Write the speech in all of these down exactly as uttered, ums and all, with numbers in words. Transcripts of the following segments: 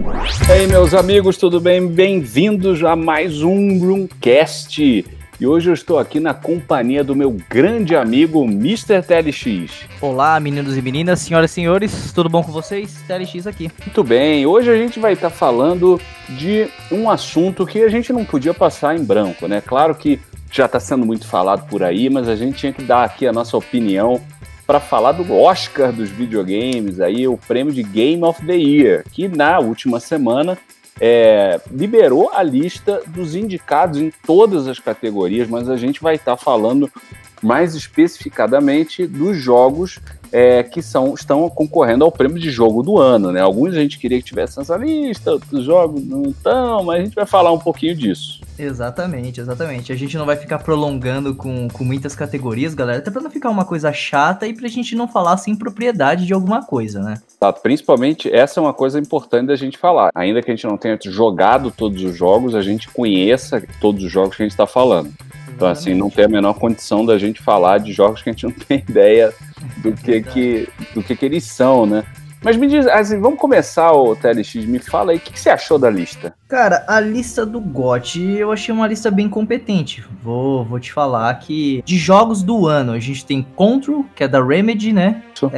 E aí, meus amigos, tudo bem? Bem-vindos a mais um Roomcast. E hoje eu estou aqui na companhia do meu grande amigo mister T L X. Olá, meninos e meninas, senhoras e senhores, tudo bom com vocês? T L X aqui. Muito bem, hoje a gente vai estar falando de um assunto que a gente não podia passar em branco, né? Claro que já está sendo muito falado por aí, mas a gente tinha que dar aqui a nossa opinião para falar do Oscar dos videogames, aí o prêmio de Game of the Year, que na última semana é, liberou a lista dos indicados em todas as categorias, mas a gente vai estar falando mais especificadamente dos jogos é, que são, estão concorrendo ao prêmio de jogo do ano, né? Alguns a gente queria que tivesse nessa lista, outros jogos não estão, mas a gente vai falar um pouquinho disso. Exatamente, exatamente. A gente não vai ficar prolongando com, com muitas categorias, galera, até pra não ficar uma coisa chata e pra gente não falar sem propriedade de alguma coisa, né? Tá, principalmente, essa é uma coisa importante da gente falar. Ainda que a gente não tenha jogado todos os jogos, a gente conheça todos os jogos que a gente está falando. Então, assim, não tem a menor condição da gente falar de jogos que a gente não tem ideia do que, que, do que, que eles são, né? Mas me diz, assim, vamos começar, o T L X, me fala aí, o que, que você achou da lista? Cara, a lista do G O T, eu achei uma lista bem competente. Vou, vou te falar que de jogos do ano, a gente tem Control, que é da Remedy, né?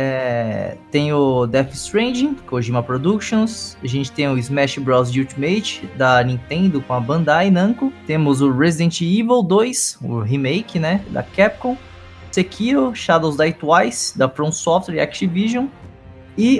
É, tem o Death Stranding, Kojima Productions. A gente tem o Smash Bros. Ultimate, da Nintendo, com a Bandai Namco. Temos o Resident Evil dois, o remake, né? Da Capcom. Sekiro, Shadows Die Twice, da From Software e Activision. E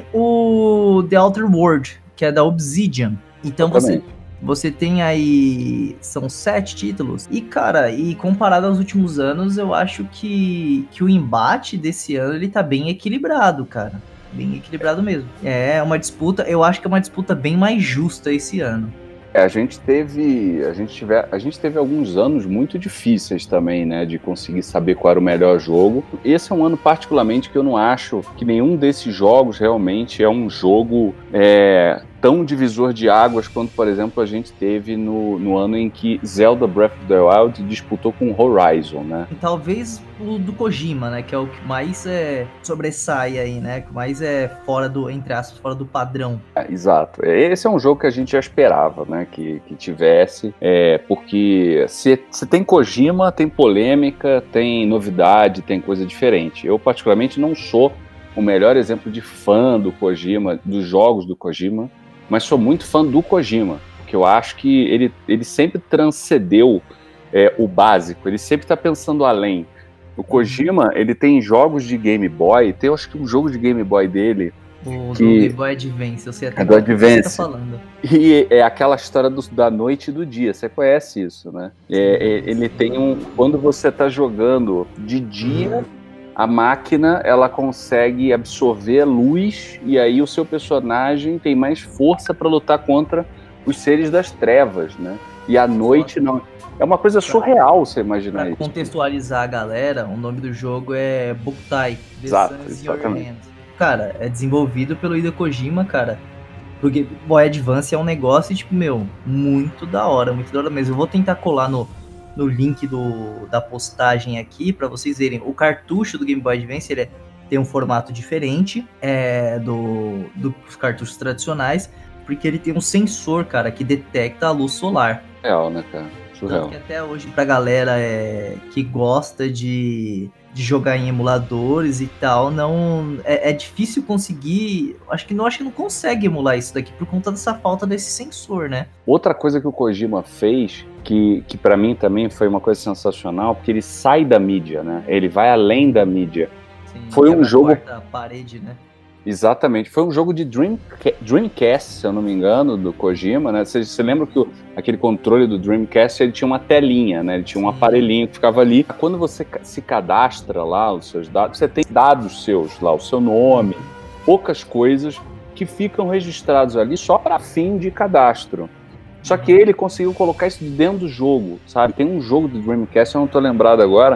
o The Outer World, que é da Obsidian. Então você, você tem aí... São sete títulos. E, cara, e comparado aos últimos anos, eu acho que, que o embate desse ano, ele tá bem equilibrado, cara. Bem equilibrado mesmo. É uma disputa... Eu acho que é uma disputa bem mais justa esse ano. É, a gente teve... A gente, tiver, a gente teve alguns anos muito difíceis também, né? De conseguir saber qual era o melhor jogo. Esse é um ano particularmente que eu não acho que nenhum desses jogos realmente é um jogo... É, tão divisor de águas quanto, por exemplo, a gente teve no, no ano em que Zelda Breath of the Wild disputou com Horizon, né? E talvez o do Kojima, né? Que é o que mais é, sobressai aí, né? Que mais é fora do, entre aspas, fora do padrão. É, exato. Esse é um jogo que a gente já esperava, né? Que, que tivesse, é, porque se, se tem Kojima, tem polêmica, tem novidade, tem coisa diferente. Eu, particularmente, não sou o melhor exemplo de fã do Kojima, dos jogos do Kojima, mas sou muito fã do Kojima, porque eu acho que ele, ele sempre transcendeu é, o básico, ele sempre está pensando além. O Kojima, ele tem jogos de Game Boy, tem eu acho que um jogo de Game Boy dele... O que... do Game Boy Advance, eu sei até é do o que você tá Advance. falando. E é aquela história do, da noite e do dia, você conhece isso, né? É, é, ele tem um... Quando você está jogando de dia... A máquina, ela consegue absorver a luz e aí o seu personagem tem mais força para lutar contra os seres das trevas, né? E à noite não. É uma coisa surreal você imaginar pra isso. Para contextualizar a galera, o nome do jogo é Buktai, The Exato, Sun's Your exatamente. Hand. Cara, é desenvolvido pelo Hideo Kojima, cara. Pro Game Boy Advance é um negócio, tipo, meu, muito da hora, muito da hora mesmo. Eu vou tentar colar no... no link do, da postagem aqui, para vocês verem. O cartucho do Game Boy Advance, ele é, tem um formato diferente é, do, dos cartuchos tradicionais, porque ele tem um sensor, cara, que detecta a luz solar. Real, né, cara? Surreal. Tanto que até hoje, pra galera é, que gosta de, de jogar em emuladores e tal, não é, é difícil conseguir... Acho que, não, acho que não consegue emular isso daqui por conta dessa falta desse sensor, né? Outra coisa que o Kojima fez, que, que para mim também foi uma coisa sensacional, porque ele sai da mídia, né? Ele vai além da mídia. Sim, foi um jogo... A parede, né? Exatamente, foi um jogo de Dream, Dreamcast, se eu não me engano, do Kojima, né? Você, você lembra que o, aquele controle do Dreamcast, ele tinha uma telinha, né? Ele tinha um aparelhinho que ficava ali. Quando você se cadastra lá, os seus dados, você tem dados seus lá, o seu nome, poucas coisas que ficam registrados ali só para fim de cadastro. Só que ele conseguiu colocar isso dentro do jogo, sabe? Tem um jogo do Dreamcast, eu não tô lembrado agora,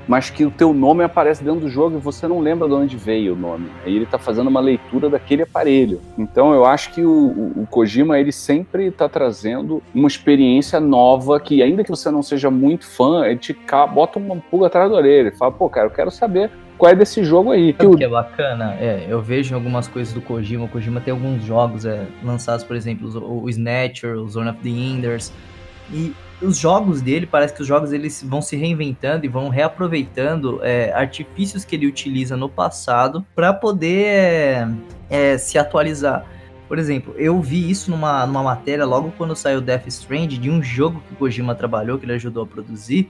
mas que o teu nome aparece dentro do jogo e você não lembra de onde veio o nome. Aí ele tá fazendo uma leitura daquele aparelho. Então eu acho que o, o, o Kojima, ele sempre tá trazendo uma experiência nova que, ainda que você não seja muito fã, ele te bota uma pulga atrás da orelha. Ele fala, pô, cara, eu quero saber qual é desse jogo aí. O que é bacana, é, eu vejo algumas coisas do Kojima. O Kojima tem alguns jogos é, lançados, por exemplo, o, o Snatcher, o Zone of the Enders, e os jogos dele, parece que os jogos eles vão se reinventando e vão reaproveitando é, artifícios que ele utiliza no passado para poder é, é, se atualizar. Por exemplo, eu vi isso numa, numa matéria logo quando saiu Death Stranding, de um jogo que o Kojima trabalhou, que ele ajudou a produzir,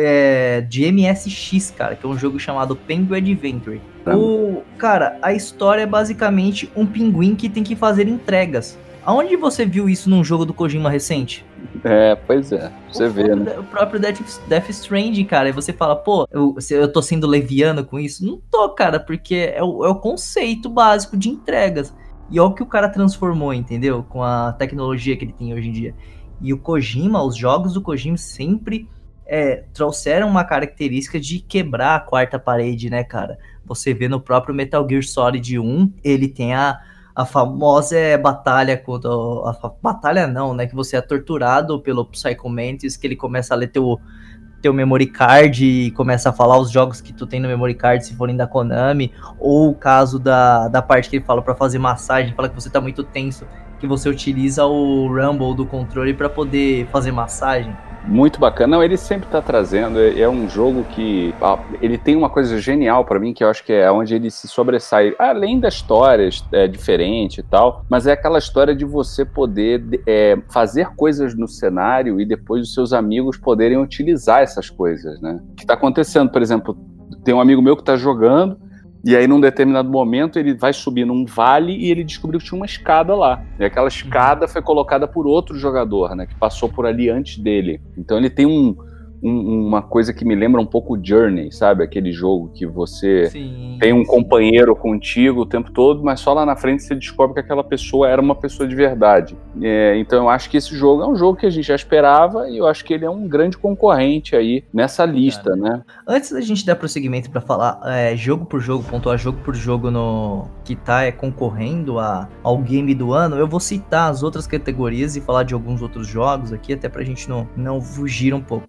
é, de M S X, cara, que é um jogo chamado Penguin Adventure. O, cara, a história é basicamente um pinguim que tem que fazer entregas. Aonde você viu isso num jogo do Kojima recente? É, pois é, você o vê, né? O próprio Death, Death Stranding, cara, e você fala, pô, eu, eu tô sendo leviano com isso? Não tô, cara, porque é o, é o conceito básico de entregas. E olha o que o cara transformou, entendeu? Com a tecnologia que ele tem hoje em dia. E o Kojima, os jogos do Kojima sempre é, trouxeram uma característica de quebrar a quarta parede, né, cara? Você vê no próprio Metal Gear Solid um, ele tem a, a famosa é, batalha contra... A, a batalha não, né? Que você é torturado pelo Psycho Mantis, que ele começa a ler teu... teu memory card e começa a falar os jogos que tu tem no memory card se forem da Konami, ou o caso da, da parte que ele fala pra fazer massagem, fala que você tá muito tenso, que você utiliza o rumble do controle pra poder fazer massagem. Muito bacana. Não, ele sempre tá trazendo, é, é um jogo que ah, ele tem uma coisa genial pra mim, que eu acho que é onde ele se sobressai, além da história é, diferente e tal, mas é aquela história de você poder é, fazer coisas no cenário e depois os seus amigos poderem utilizar essas coisas, né? O que tá acontecendo, por exemplo, tem um amigo meu que tá jogando, e aí, num determinado momento, ele vai subir num vale e ele descobriu que tinha uma escada lá. E aquela escada foi colocada por outro jogador, né? Que passou por ali antes dele. Então ele tem um, um, uma coisa que me lembra um pouco Journey, sabe? Aquele jogo que você sim, tem um sim. companheiro contigo o tempo todo, mas só lá na frente você descobre que aquela pessoa era uma pessoa de verdade. É, então eu acho que esse jogo é um jogo que a gente já esperava e eu acho que ele é um grande concorrente aí nessa lista, cara, né? Antes da gente dar prosseguimento para falar é, jogo por jogo, pontuar jogo por jogo no que tá é, concorrendo a, ao game do ano, eu vou citar as outras categorias e falar de alguns outros jogos aqui, até pra gente não, não fugir um pouco.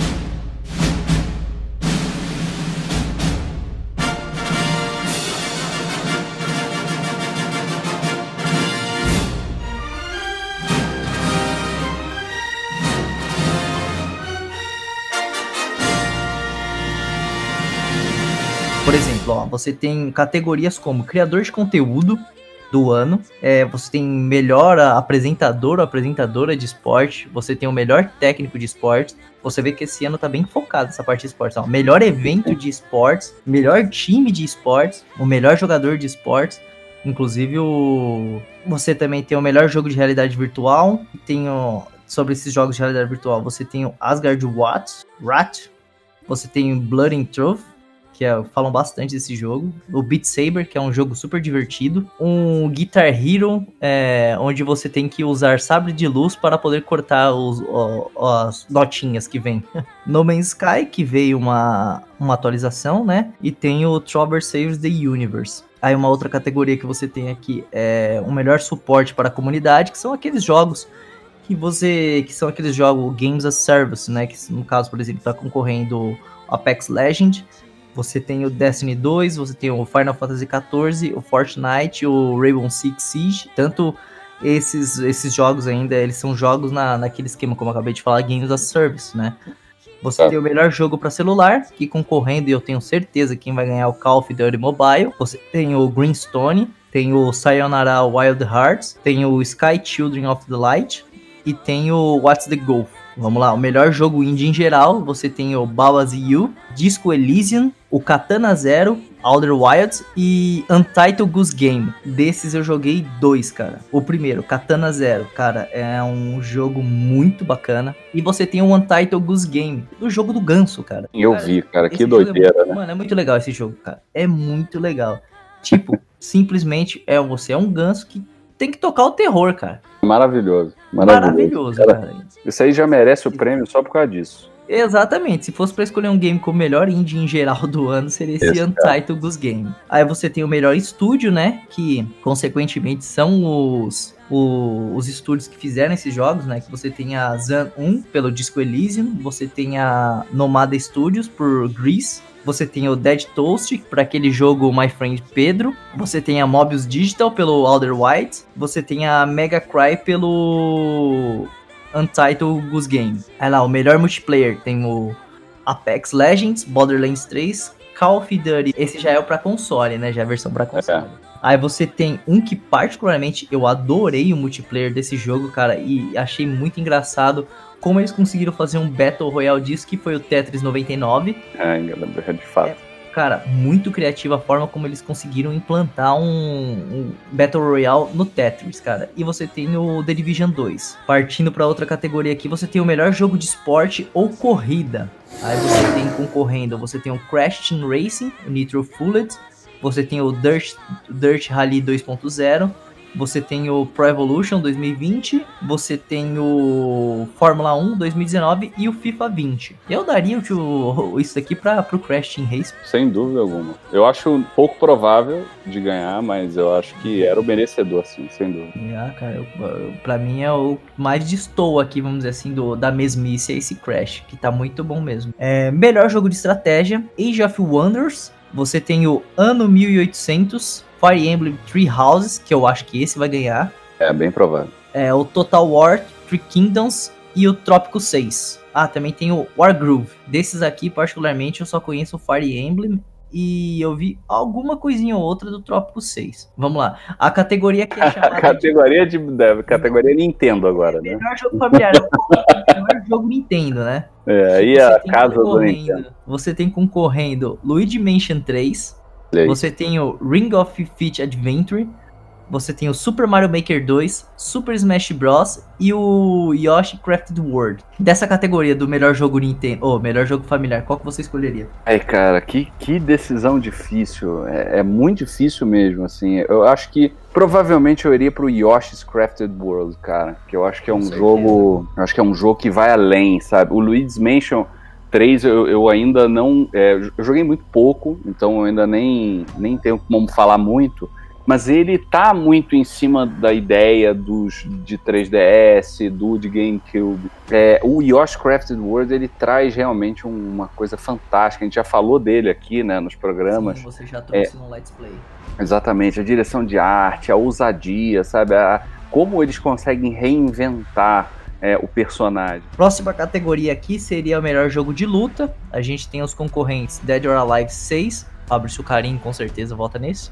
Por exemplo, ó, você tem categorias como criador de conteúdo do ano, é, você tem melhor apresentador ou apresentadora de esporte, você tem o melhor técnico de esporte. Você vê que esse ano tá bem focado nessa parte de esportes. Ó, melhor evento de esportes, melhor time de esportes, o melhor jogador de esportes. Inclusive, o... você também tem o melhor jogo de realidade virtual. Tem o... sobre esses jogos de realidade virtual, você tem o Asgard Watts, Rat, você tem o Blood and Truth, que é, falam bastante desse jogo, o Beat Saber, que é um jogo super divertido, um Guitar Hero, é, onde você tem que usar sabre de luz para poder cortar os, ó, as notinhas que vem. No Man's Sky, que veio uma, uma atualização, né, e tem o Trover Saves the Universe. Aí uma outra categoria que você tem aqui é o melhor suporte para a comunidade, que são aqueles jogos que você, que são aqueles jogos Games as Service, né, que no caso, por exemplo, está concorrendo o Apex Legends. Você tem o Destiny dois, você tem o Final Fantasy quatorze, o Fortnite, o Rainbow Six Siege. Tanto esses, esses jogos ainda, eles são jogos na, naquele esquema, como eu acabei de falar, Games as Service, né? Você é. tem o melhor jogo para celular, que concorrendo, e eu tenho certeza que quem vai ganhar é o Call of Duty Mobile. Você tem o Greenstone, tem o Sayonara Wild Hearts, tem o Sky Children of the Light e tem o What's the Goal. Vamos lá, o melhor jogo indie em geral, você tem o Balas e You, Disco Elysium, o Katana Zero, Outer Wilds e Untitled Goose Game. Desses eu joguei dois, cara. O primeiro, Katana Zero, cara, é um jogo muito bacana. E você tem o Untitled Goose Game, o jogo do ganso, cara. Eu cara, vi, cara, que doideira, é muito, né? Mano, é muito legal esse jogo, cara. É muito legal. Tipo, simplesmente é você é um ganso que tem que tocar o terror, cara. Maravilhoso. Maravilhoso, maravilhoso cara. cara. Isso aí já merece o prêmio só por causa disso. Exatamente, se fosse pra escolher um game como melhor indie em geral do ano, seria esse, esse Untitled Goose Game. Aí você tem o melhor estúdio, né, que consequentemente são os, os, os estúdios que fizeram esses jogos, né, que você tem a Zan um pelo Disco Elysium, você tem a Nomada Studios por Grease, você tem o Dead Toast para aquele jogo My Friend Pedro, você tem a Mobius Digital pelo Outer Wilds, você tem a Mega Cry pelo Untitled Goose Game. Aí lá, o melhor multiplayer tem o Apex Legends, Borderlands três, Call of Duty. Esse já é o pra console, né? Já é a versão pra console. É. Aí você tem um que particularmente eu adorei o multiplayer desse jogo, cara, e achei muito engraçado como eles conseguiram fazer um Battle Royale disso, que foi o Tetris noventa e nove. É, de fato. É. Cara, muito criativa a forma como eles conseguiram implantar um, um Battle Royale no Tetris, cara. E você tem o The Division dois. Partindo para outra categoria aqui, você tem o melhor jogo de esporte ou corrida. Aí você tem concorrendo, você tem o Crash Team Racing, o Nitro Fueled. Você tem o Dirt, Dirt Rally dois ponto zero. Você tem o Pro Evolution dois mil e vinte, você tem o Fórmula um dois mil e dezenove e o FIFA vinte. Eu daria o, isso aqui para pro Crash Team Race. Sem dúvida alguma. Eu acho um pouco provável de ganhar, mas eu acho que era o merecedor, sim, sem dúvida. Ah, cara, eu, eu, pra mim é o mais destoa aqui, vamos dizer assim, do, da mesmice, é esse Crash, que tá muito bom mesmo. É, melhor jogo de estratégia, Age of Wonders. Você tem o Ano mil e oitocentos, Fire Emblem Three Houses, que eu acho que esse vai ganhar. É, bem provável. É, o Total War, Three Kingdoms e o Trópico seis. Ah, também tem o Wargroove. Desses aqui, particularmente, eu só conheço o Fire Emblem e eu vi alguma coisinha ou outra do Trópico seis. Vamos lá. A categoria que é chamada categoria de... de... Categoria Nintendo agora, né? Melhor jogo familiar. É o melhor jogo Nintendo, né? É, aí a casa do Nintendo. Você tem concorrendo Luigi Mansion três. Leite. Você tem o Ring of Fit Adventure, você tem o Super Mario Maker dois, Super Smash Bros. E o Yoshi Crafted World. Dessa categoria do melhor jogo Nintendo, ou melhor jogo familiar, qual que você escolheria? Ai, cara, que, que decisão difícil. É, é muito difícil mesmo, assim. Eu acho que provavelmente eu iria pro Yoshi's Crafted World, cara. Que eu acho que é um jogo. Eu acho que é um jogo que vai além, sabe? O Luigi's Mansion três eu, eu ainda não... É, eu joguei muito pouco, então eu ainda nem, nem tenho como falar muito, mas ele tá muito em cima da ideia dos de três D S, do de GameCube. É, o Yoshi's Crafted World, ele traz realmente uma coisa fantástica, a gente já falou dele aqui, né, nos programas. Sim, você já trouxe é, no Let's Play. Exatamente, a direção de arte, a ousadia, sabe, a, como eles conseguem reinventar É, o personagem. Próxima categoria aqui seria o melhor jogo de luta. A gente tem os concorrentes Dead or Alive seis. Fabrício Carim com certeza volta nesse.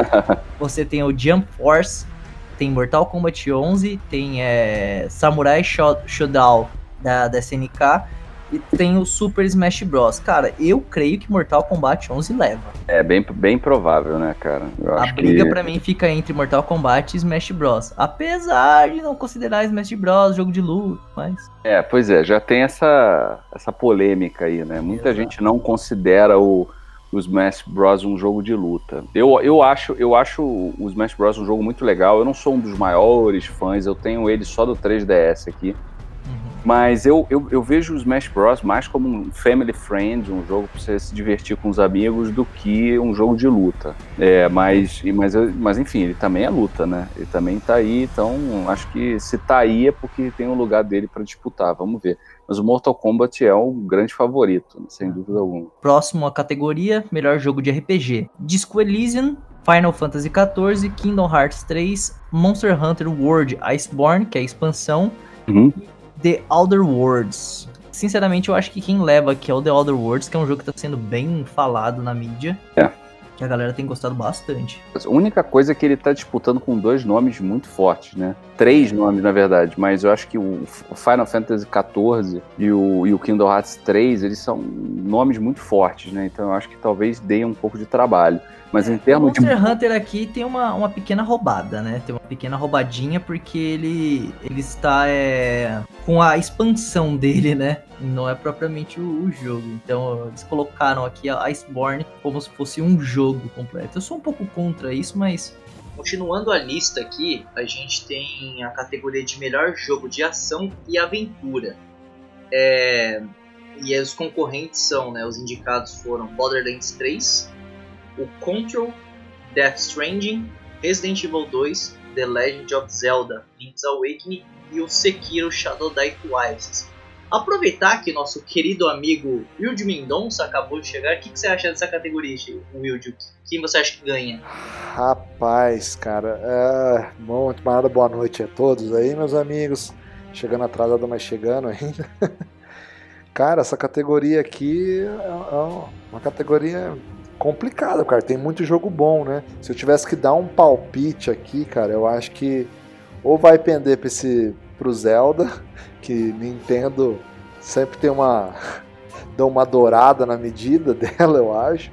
Você tem o Jump Force, tem Mortal Kombat onze, tem é, Samurai Shodown da, da S N K e tem o Super Smash Bros. Cara, eu creio que Mortal Kombat onze leva. É bem, bem provável, né, cara? Eu a acho briga que... pra mim fica entre Mortal Kombat e Smash Bros. Apesar de não considerar Smash Bros jogo de luta, mas... É, pois é, já tem essa, essa polêmica aí, né? Muita Exato. gente não considera o, o Smash Bros um jogo de luta. Eu, eu, acho, eu acho o Smash Bros um jogo muito legal. Eu não sou um dos maiores fãs, eu tenho ele só do três D S aqui. Mas eu, eu, eu vejo o Smash Bros mais como um family friend, um jogo para você se divertir com os amigos, do que um jogo de luta. É, mas, mas, mas enfim, ele também é luta, né? Ele também tá aí, então acho que se tá aí é porque tem um lugar dele para disputar, vamos ver. Mas o Mortal Kombat é um grande favorito, sem dúvida alguma. Próximo a categoria, melhor jogo de R P G. Disco Elysium, Final Fantasy quatorze, Kingdom Hearts três, Monster Hunter World Iceborne, que é a expansão, uhum. The Outer Worlds. Sinceramente, eu acho que quem leva aqui é o The Outer Worlds, que é um jogo que tá sendo bem falado na mídia. É. Que a galera tem gostado bastante. A única coisa é que ele tá disputando com dois nomes muito fortes, né? Três nomes, na verdade, mas eu acho que o Final Fantasy quatorze e o, e o Kingdom Hearts três, eles são nomes muito fortes, né? Então eu acho que talvez dê um pouco de trabalho. Mas em termos de... O Monster Hunter aqui tem uma, uma pequena roubada, né? Tem uma pequena roubadinha porque ele, ele está é, com a expansão dele, né? Não é propriamente o, o jogo. Então eles colocaram aqui a Iceborne como se fosse um jogo completo. Eu sou um pouco contra isso, mas... Continuando a lista aqui, a gente tem a categoria de melhor jogo de ação e aventura. É... E os concorrentes são, né, os indicados foram Borderlands três, o Control, Death Stranding, Resident Evil dois, The Legend of Zelda, Link's Awakening e o Sekiro Shadow Die Twice. Aproveitar que nosso querido amigo Wilde Mendonça acabou de chegar, o que, que você acha dessa categoria, Wilde? Quem você acha que ganha? Rapaz, cara, é... bom, tomara boa noite a todos aí, meus amigos. Chegando atrasado, mas chegando ainda. Cara, essa categoria aqui é uma categoria complicada, cara. Tem muito jogo bom, né? Se eu tivesse que dar um palpite aqui, cara, eu acho que ou vai pender pra esse, pro Zelda, que Nintendo sempre tem uma dá uma dourada na medida dela, eu acho.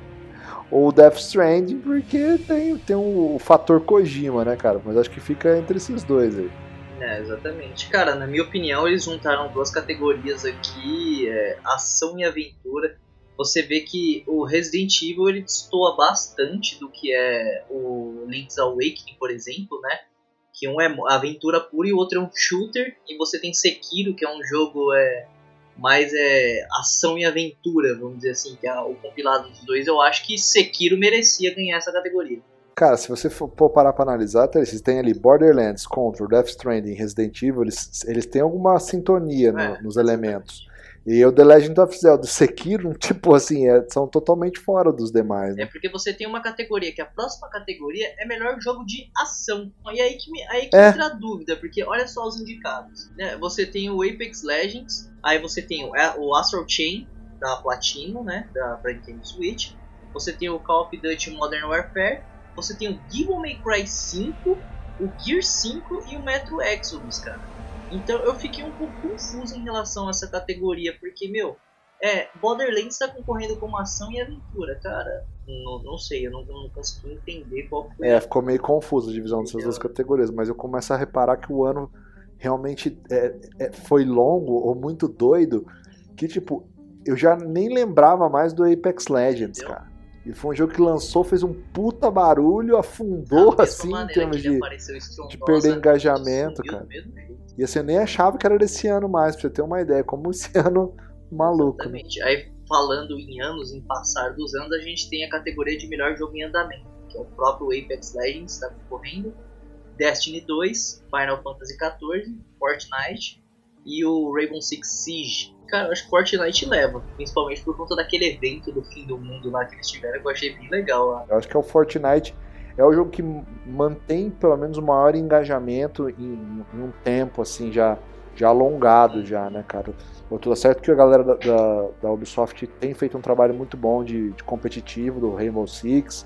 Ou Death Stranding, porque tem, tem o, o fator Kojima, né, cara? Mas acho que fica entre esses dois aí. É, exatamente. Cara, na minha opinião, eles juntaram duas categorias aqui, é, ação e aventura. Você vê que o Resident Evil ele destoa bastante do que é o Link's Awakening, por exemplo, né? Que um é aventura pura e o outro é um shooter. E você tem Sekiro, que é um jogo é, mais é, ação e aventura, vamos dizer assim, que é o compilado dos dois. Eu acho que Sekiro merecia ganhar essa categoria. Cara, se você for parar pra analisar, vocês têm ali Borderlands, Control, Death Stranding, Resident Evil, eles, eles têm alguma sintonia no, é, nos elementos. E o The Legend of Zelda e Sekiro, tipo assim, é, são totalmente fora dos demais, né? É porque você tem uma categoria, que a próxima categoria é melhor jogo de ação. E aí que, me, aí que é. entra a dúvida, porque olha só os indicados. Né? Você tem o Apex Legends, aí você tem o, o Astral Chain, da Platinum, né? Da, pra Nintendo Switch. Você tem o Call of Duty Modern Warfare. Você tem o Devil May Cry cinco, o Gear cinco e o Metro Exodus, cara. Então eu fiquei um pouco confuso em relação a essa categoria, porque, meu, é, Borderlands está concorrendo como ação e aventura, cara. Não, não sei, eu não, não consegui entender qual foi. É, ficou meio confuso a divisão dessas duas categorias, mas eu começo a reparar que o ano realmente é, é, foi longo ou muito doido, que, tipo, eu já nem lembrava mais do Apex Legends, Entendeu? cara. E foi um jogo que lançou, fez um puta barulho, afundou assim em termos de, de perder engajamento, cara. E assim, eu nem achava que era desse ano mais, pra você ter uma ideia, como esse ano maluco. Exatamente. Né? Aí falando em anos, em passar dos anos, a gente tem a categoria de melhor jogo em andamento, que é o próprio Apex Legends, está concorrendo, Destiny dois, Final Fantasy quatorze, Fortnite e o Rainbow Six Siege. Cara, eu acho que Fortnite leva, principalmente por conta daquele evento do fim do mundo lá que eles tiveram, que eu achei bem legal lá. Eu acho que é o Fortnite, é o jogo que mantém pelo menos o maior engajamento em, em um tempo, assim, já, já alongado, hum. já, né, cara? Eu tô certo que a galera da, da, da Ubisoft tem feito um trabalho muito bom de, de competitivo, do Rainbow Six,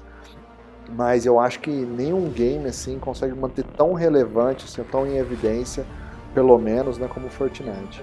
mas eu acho que nenhum game, assim, consegue manter tão relevante, assim, tão em evidência, pelo menos, né, como o Fortnite.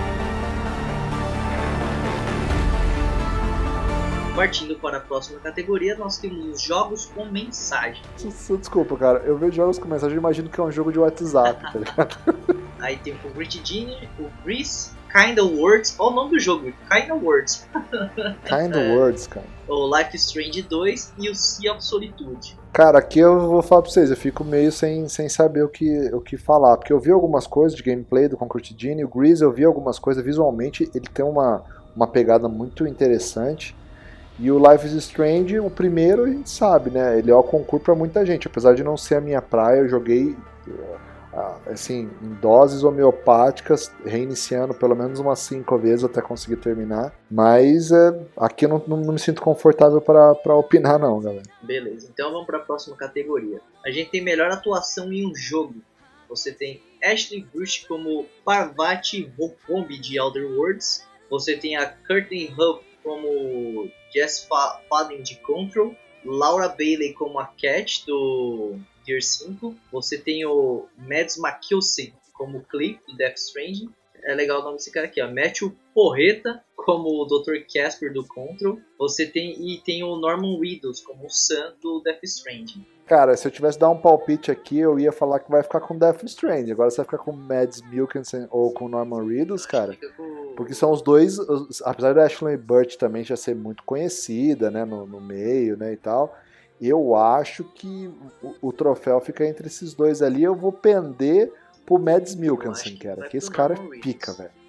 Partindo para a próxima categoria, nós temos os jogos com mensagem. Desculpa, cara, eu vejo jogos com mensagem e imagino que é um jogo de WhatsApp, tá ligado? Aí tem o Grit Genie, o Grease, Kinda Words, olha o nome do jogo, Kinda Words. Kinda Words, cara. O Life is Strange dois e o Sea of Solitude. Cara, aqui eu vou falar pra vocês, eu fico meio sem, sem saber o que, o que falar, porque eu vi algumas coisas de gameplay do Concrete Genie, o Grease eu vi algumas coisas visualmente, ele tem uma, uma pegada muito interessante. E o Life is Strange, o primeiro, a gente sabe, né? Ele é o concurso pra muita gente. Apesar de não ser a minha praia, eu joguei assim, em doses homeopáticas, reiniciando pelo menos umas cinco vezes até conseguir terminar. Mas é, aqui eu não, não, não me sinto confortável pra, pra opinar, não, galera. Beleza, então vamos pra próxima categoria. A gente tem melhor atuação em um jogo. Você tem Ashley Bush como Parvati Hokombi de Outer Worlds. Você tem a Courtney Huff como Jess Faden de Control, Laura Bailey como a Cat do Gear cinco, você tem o Mads Mikkelsen como Cliff do Death Stranding, é legal o nome desse cara aqui, ó, Matthew Porreta como o doutor Casper do Control, você tem e tem o Norman Reedus como o Sam do Death Stranding. Cara, se eu tivesse dar um palpite aqui, eu ia falar que vai ficar com Death Stranding. Agora você vai ficar com Mads Mikkelsen ou com Norman Reedus, cara. Com... Porque são os dois, os, apesar da Ashley Burch também já ser muito conhecida, né, no, no meio, né, e tal. Eu acho que o, o troféu fica entre esses dois ali. Eu vou pender pro Mads Mikkelsen, cara. Que esse cara é pica, velho.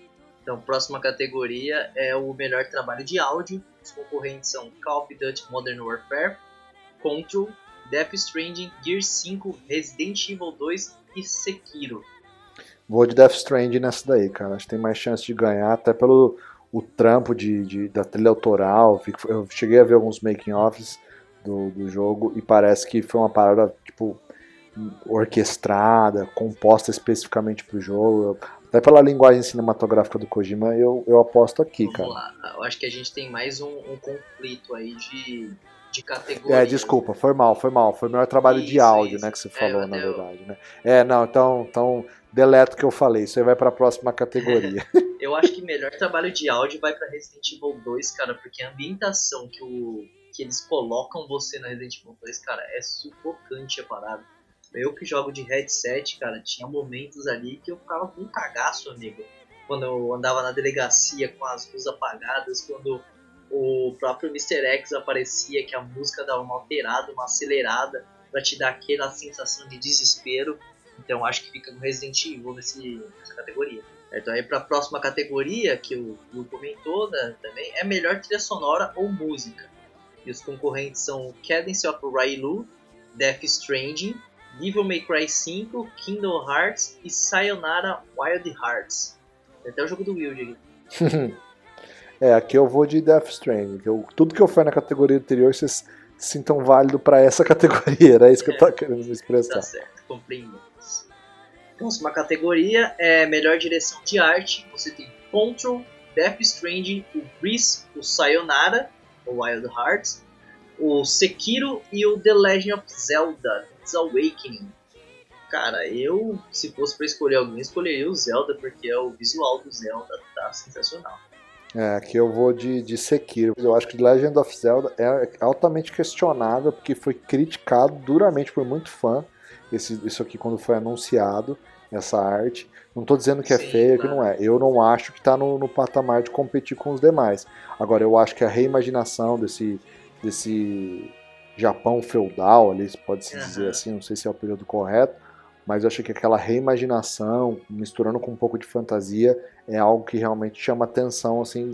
Então, próxima categoria é o melhor trabalho de áudio. Os concorrentes são Call of Duty Modern Warfare, Control, Death Stranding, Gears cinco, Resident Evil dois e Sekiro. Vou de Death Stranding nessa daí, cara. Acho que tem mais chance de ganhar, até pelo o trampo de, de, da trilha autoral. Eu cheguei a ver alguns making-offs do, do jogo e parece que foi uma parada, tipo, orquestrada, composta especificamente pro jogo. Até pela linguagem cinematográfica do Kojima, eu, eu aposto aqui, Vamos cara. lá. Eu acho que a gente tem mais um, um conflito aí de, de categorias. É, desculpa, foi mal, foi mal. Foi o melhor trabalho Isso, de áudio, isso. né, que você É, falou, na eu- verdade, né? É, não, então, então deleto o que eu falei. Isso aí vai pra próxima categoria. Eu acho que melhor trabalho de áudio vai pra Resident Evil dois, cara, porque a ambientação que, o, que eles colocam você na Resident Evil dois, cara, é sufocante a parada. Eu que jogo de headset, cara, tinha momentos ali que eu ficava com um cagaço, amigo. Quando eu andava na delegacia com as luzes apagadas, quando o próprio mister X aparecia, que a música dava uma alterada, uma acelerada, pra te dar aquela sensação de desespero. Então acho que fica no Resident Evil nesse, nessa categoria. Então aí pra próxima categoria, que o Will comentou, né, também, é melhor trilha sonora ou música. E os concorrentes são Cadence of Hyrule, Death Stranding, Devil May Cry cinco, Kingdom Hearts e Sayonara Wild Hearts. Tem até o jogo do Will aqui. É, aqui eu vou de Death Stranding. Que eu, tudo que eu fui na categoria anterior, vocês sintam válido pra essa categoria. Era isso que É. eu tava querendo me expressar. Tá certo, compreendemos. Próxima categoria é melhor direção de arte. Você tem Control, Death Stranding, o Breeze, o Sayonara, o Wild Hearts, o Sekiro e o The Legend of Zelda, Link's Awakening. Cara, eu, se fosse pra escolher alguém, escolheria o Zelda, porque o visual do Zelda tá sensacional. É, aqui eu vou de, de Sekiro. Eu acho que Legend of Zelda é altamente questionável, porque foi criticado duramente por muito fã, esse, isso aqui quando foi anunciado, essa arte. Não tô dizendo que é Sim, feio, claro. que não é. Eu não acho que tá no, no patamar de competir com os demais. Agora, eu acho que a reimaginação desse, desse Japão feudal, ali, pode-se Aham. dizer assim, não sei se é o período correto, mas eu achei que aquela reimaginação, misturando com um pouco de fantasia, é algo que realmente chama atenção, assim,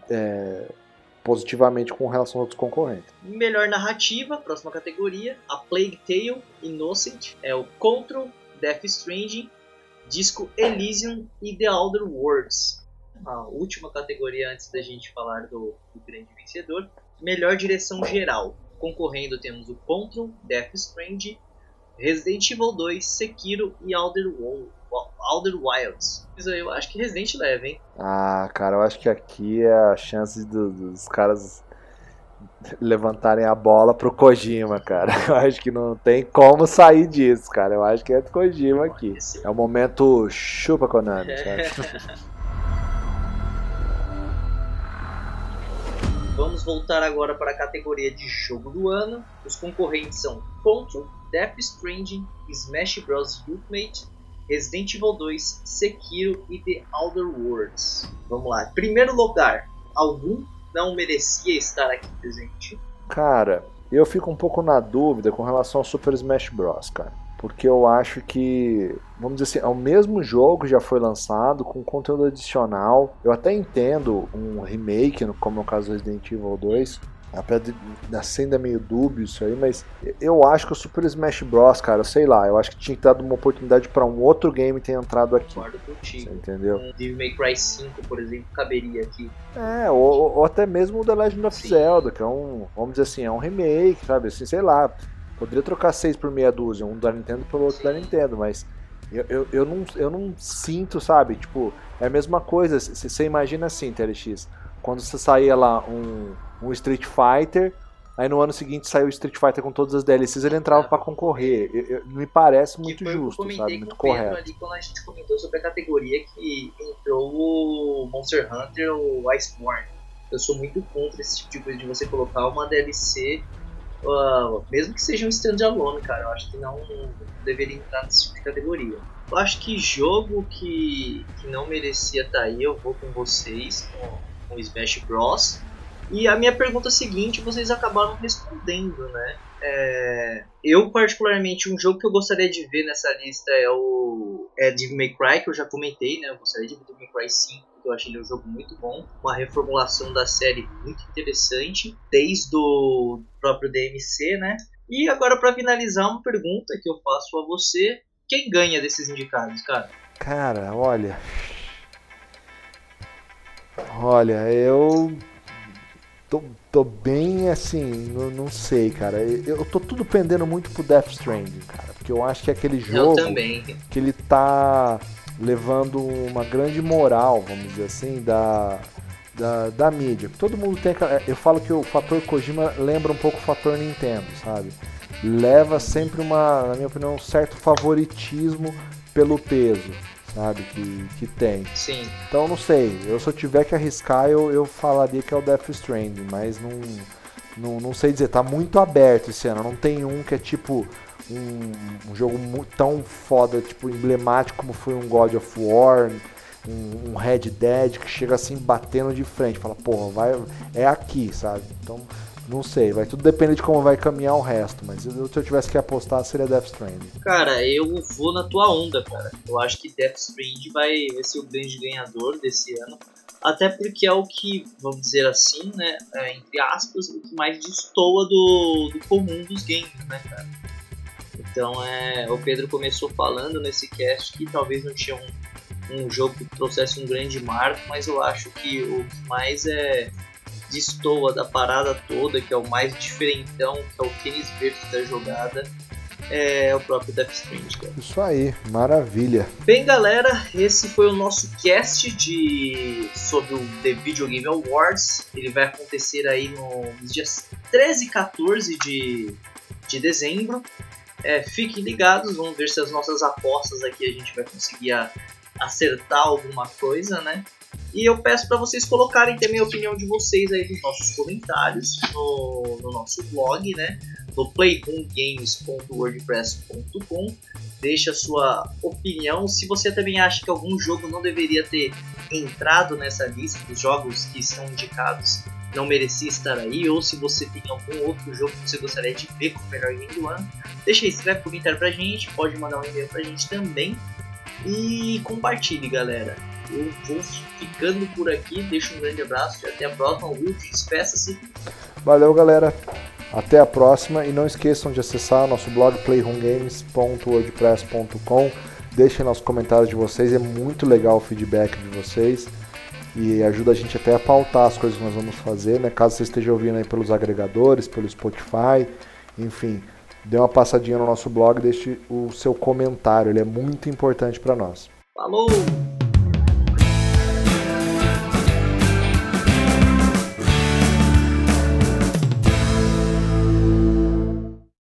é, positivamente com relação aos outros concorrentes. Melhor narrativa, próxima categoria, A Plague Tale, Innocent, é o Control, Death Stranding, Disco Elysium e The Outer Worlds. A última categoria antes da gente falar do, do grande vencedor. Melhor direção geral. Concorrendo temos o Control, Death Stranding, Resident Evil dois, Sekiro e Outer, Wo- Outer Wilds. Mas eu acho que Resident leva, hein? Ah, cara, eu acho que aqui é a chance do- dos caras levantarem a bola pro Kojima, cara. Eu acho que não tem como sair disso, cara. Eu acho que é do Kojima aqui. Esse- É o momento chupa Konami, sabe? Vamos voltar agora para a categoria de jogo do ano. Os concorrentes são Control, Death Stranding, Smash Bros. Ultimate, Resident Evil dois, Sekiro e The Outer Worlds. Vamos lá. Primeiro lugar, algum não merecia estar aqui presente? Cara, eu fico um pouco na dúvida com relação ao Super Smash Bros, cara. Porque eu acho que, vamos dizer assim, é o mesmo jogo, já foi lançado, com conteúdo adicional. Eu até entendo um remake, como é o caso do Resident Evil dois. Apesar de ser ainda meio dúbio isso aí, mas eu acho que o Super Smash Bros, cara, sei lá, eu acho que tinha que dar uma oportunidade pra um outro game ter entrado aqui. Concordo Você contigo. entendeu? Um Devil May Cry cinco, por exemplo, caberia aqui. É, ou, ou até mesmo o The Legend of Sim. Zelda, que é um, vamos dizer assim, é um remake, sabe? Assim, sei lá, poderia trocar seis por meia dúzia, um da Nintendo pelo outro Sim. da Nintendo, mas eu, eu, eu, não, eu não sinto, sabe? Tipo, é a mesma coisa, você imagina assim, T L X, quando você saía lá um, um Street Fighter, aí no ano seguinte saiu o Street Fighter com todas as D L Cs, ele entrava pra concorrer. Eu, eu, me parece muito que foi justo, o que eu sabe? comentei Muito com o Pedro correto. ali quando a gente comentou sobre a categoria que entrou o Monster Hunter, o Iceborne. Eu sou muito contra esse tipo de coisa de você colocar uma D L C, uh, mesmo que seja um standalone, cara. Eu acho que não deveria entrar nesse tipo de categoria. Eu acho que jogo que, que não merecia estar aí, eu vou com vocês, com, com Smash Bros. E a minha pergunta seguinte, vocês acabaram respondendo, né? É, eu, particularmente, um jogo que eu gostaria de ver nessa lista é o é Devil May Cry, que eu já comentei, né? Eu gostaria de ver Devil May Cry cinco, porque eu achei ele um jogo muito bom. Uma reformulação da série muito interessante, desde o próprio D M C, né? E agora, para finalizar, uma pergunta que eu faço a você. Quem ganha desses indicados, cara? Cara, olha... Olha, eu... Tô, tô bem assim, não, não sei, cara. Eu, eu tô tudo pendendo muito pro Death Stranding, cara. Porque eu acho que é aquele jogo eu também. que ele tá levando uma grande moral, vamos dizer assim, da, da, da mídia. Todo mundo tem... Eu falo que o fator Kojima lembra um pouco o fator Nintendo, sabe? Leva sempre uma, na minha opinião, um certo favoritismo pelo peso, sabe, que, que tem. Sim. Então, não sei, eu se eu tiver que arriscar, eu, eu falaria que é o Death Stranding, mas não, não, não sei dizer, tá muito aberto esse ano, não tem um que é tipo um, um jogo tão foda, tipo, emblemático como foi um God of War, um, um Red Dead, que chega assim, batendo de frente, fala, porra, vai, é aqui, sabe, então... Não sei, vai tudo depender de como vai caminhar o resto, mas eu, se eu tivesse que apostar, seria Death Stranding. Cara, eu vou na tua onda, cara. Eu acho que Death Stranding vai, vai ser o grande ganhador desse ano. Até porque é o que, vamos dizer assim, né, é, entre aspas, o que mais destoa do, do comum dos games, né, cara? Então, é, o Pedro começou falando nesse cast que talvez não tinha um, um jogo que trouxesse um grande marco, mas eu acho que o que mais é... destoa da parada toda, que é o mais diferentão, que é o tênis verde da jogada, é o próprio Death Stranding, cara. Isso aí, maravilha. Bem, galera, esse foi o nosso cast de sobre o The Video Game Awards. Ele vai acontecer aí no, nos dias treze e quatorze de, de dezembro. É, fiquem ligados, vamos ver se as nossas apostas aqui a gente vai conseguir a, acertar alguma coisa, né? E eu peço para vocês colocarem também a opinião de vocês aí nos nossos comentários, no, no nosso blog, né? No playroom games ponto wordpress ponto com. Deixe a sua opinião. Se você também acha que algum jogo não deveria ter entrado nessa lista dos jogos que são indicados, não merecia estar aí, ou se você tem algum outro jogo que você gostaria de ver como melhor game do ano, deixa aí, escreve um comentário pra gente, pode mandar um e-mail pra gente também. E compartilhe, galera. Eu vou ficando por aqui, deixo um grande abraço e até a próxima. Will, despeça-se. Valeu, galera. Até a próxima e não esqueçam de acessar nosso blog playroom games ponto wordpress ponto com. Deixem nos comentários de vocês, é muito legal o feedback de vocês e ajuda a gente até a pautar as coisas que nós vamos fazer, né? Caso você esteja ouvindo aí pelos agregadores, pelo Spotify, enfim, dê uma passadinha no nosso blog, deixe o seu comentário, ele é muito importante para nós. Falou!